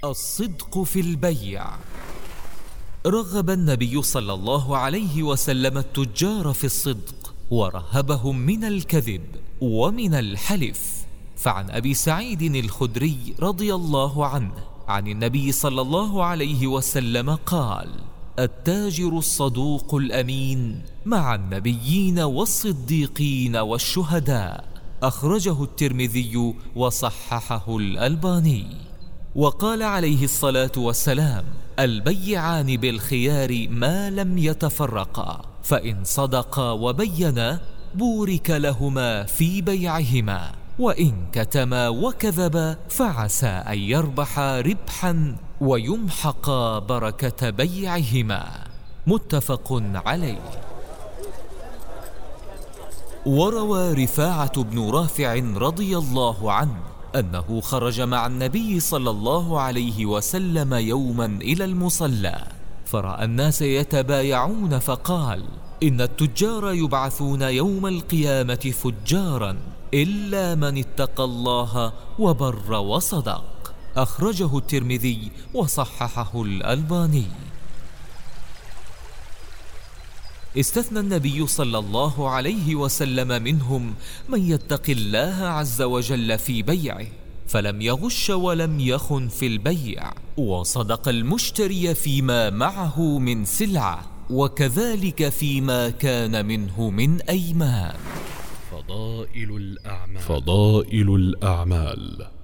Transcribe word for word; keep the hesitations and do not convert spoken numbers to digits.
الصدق في البيع. رغب النبي صلى الله عليه وسلم التجار في الصدق ورهبهم من الكذب ومن الحلف. فعن أبي سعيد الخدري رضي الله عنه عن النبي صلى الله عليه وسلم قال: التاجر الصدوق الأمين مع النبيين والصديقين والشهداء. أخرجه الترمذي وصححه الألباني. وقال عليه الصلاة والسلام: البيعان بالخيار ما لم يتفرقا، فإن صدقا وبينا بورك لهما في بيعهما، وإن كتما وكذبا فعسى أن يربحا ربحا ويمحق بركة بيعهما. متفق عليه. وروى رفاعة بن رافع رضي الله عنه أنه خرج مع النبي صلى الله عليه وسلم يوما إلى المصلى، فرأى الناس يتبايعون فقال: إن التجار يبعثون يوم القيامة فجارا إلا من اتقى الله وبر وصدق. أخرجه الترمذي وصححه الألباني. استثنى النبي صلى الله عليه وسلم منهم من يتقي الله عز وجل في بيعه، فلم يغش ولم يخن في البيع، وصدق المشتري فيما معه من سلعة، وكذلك فيما كان منه من أيمان. فضائل الأعمال. فضائل الأعمال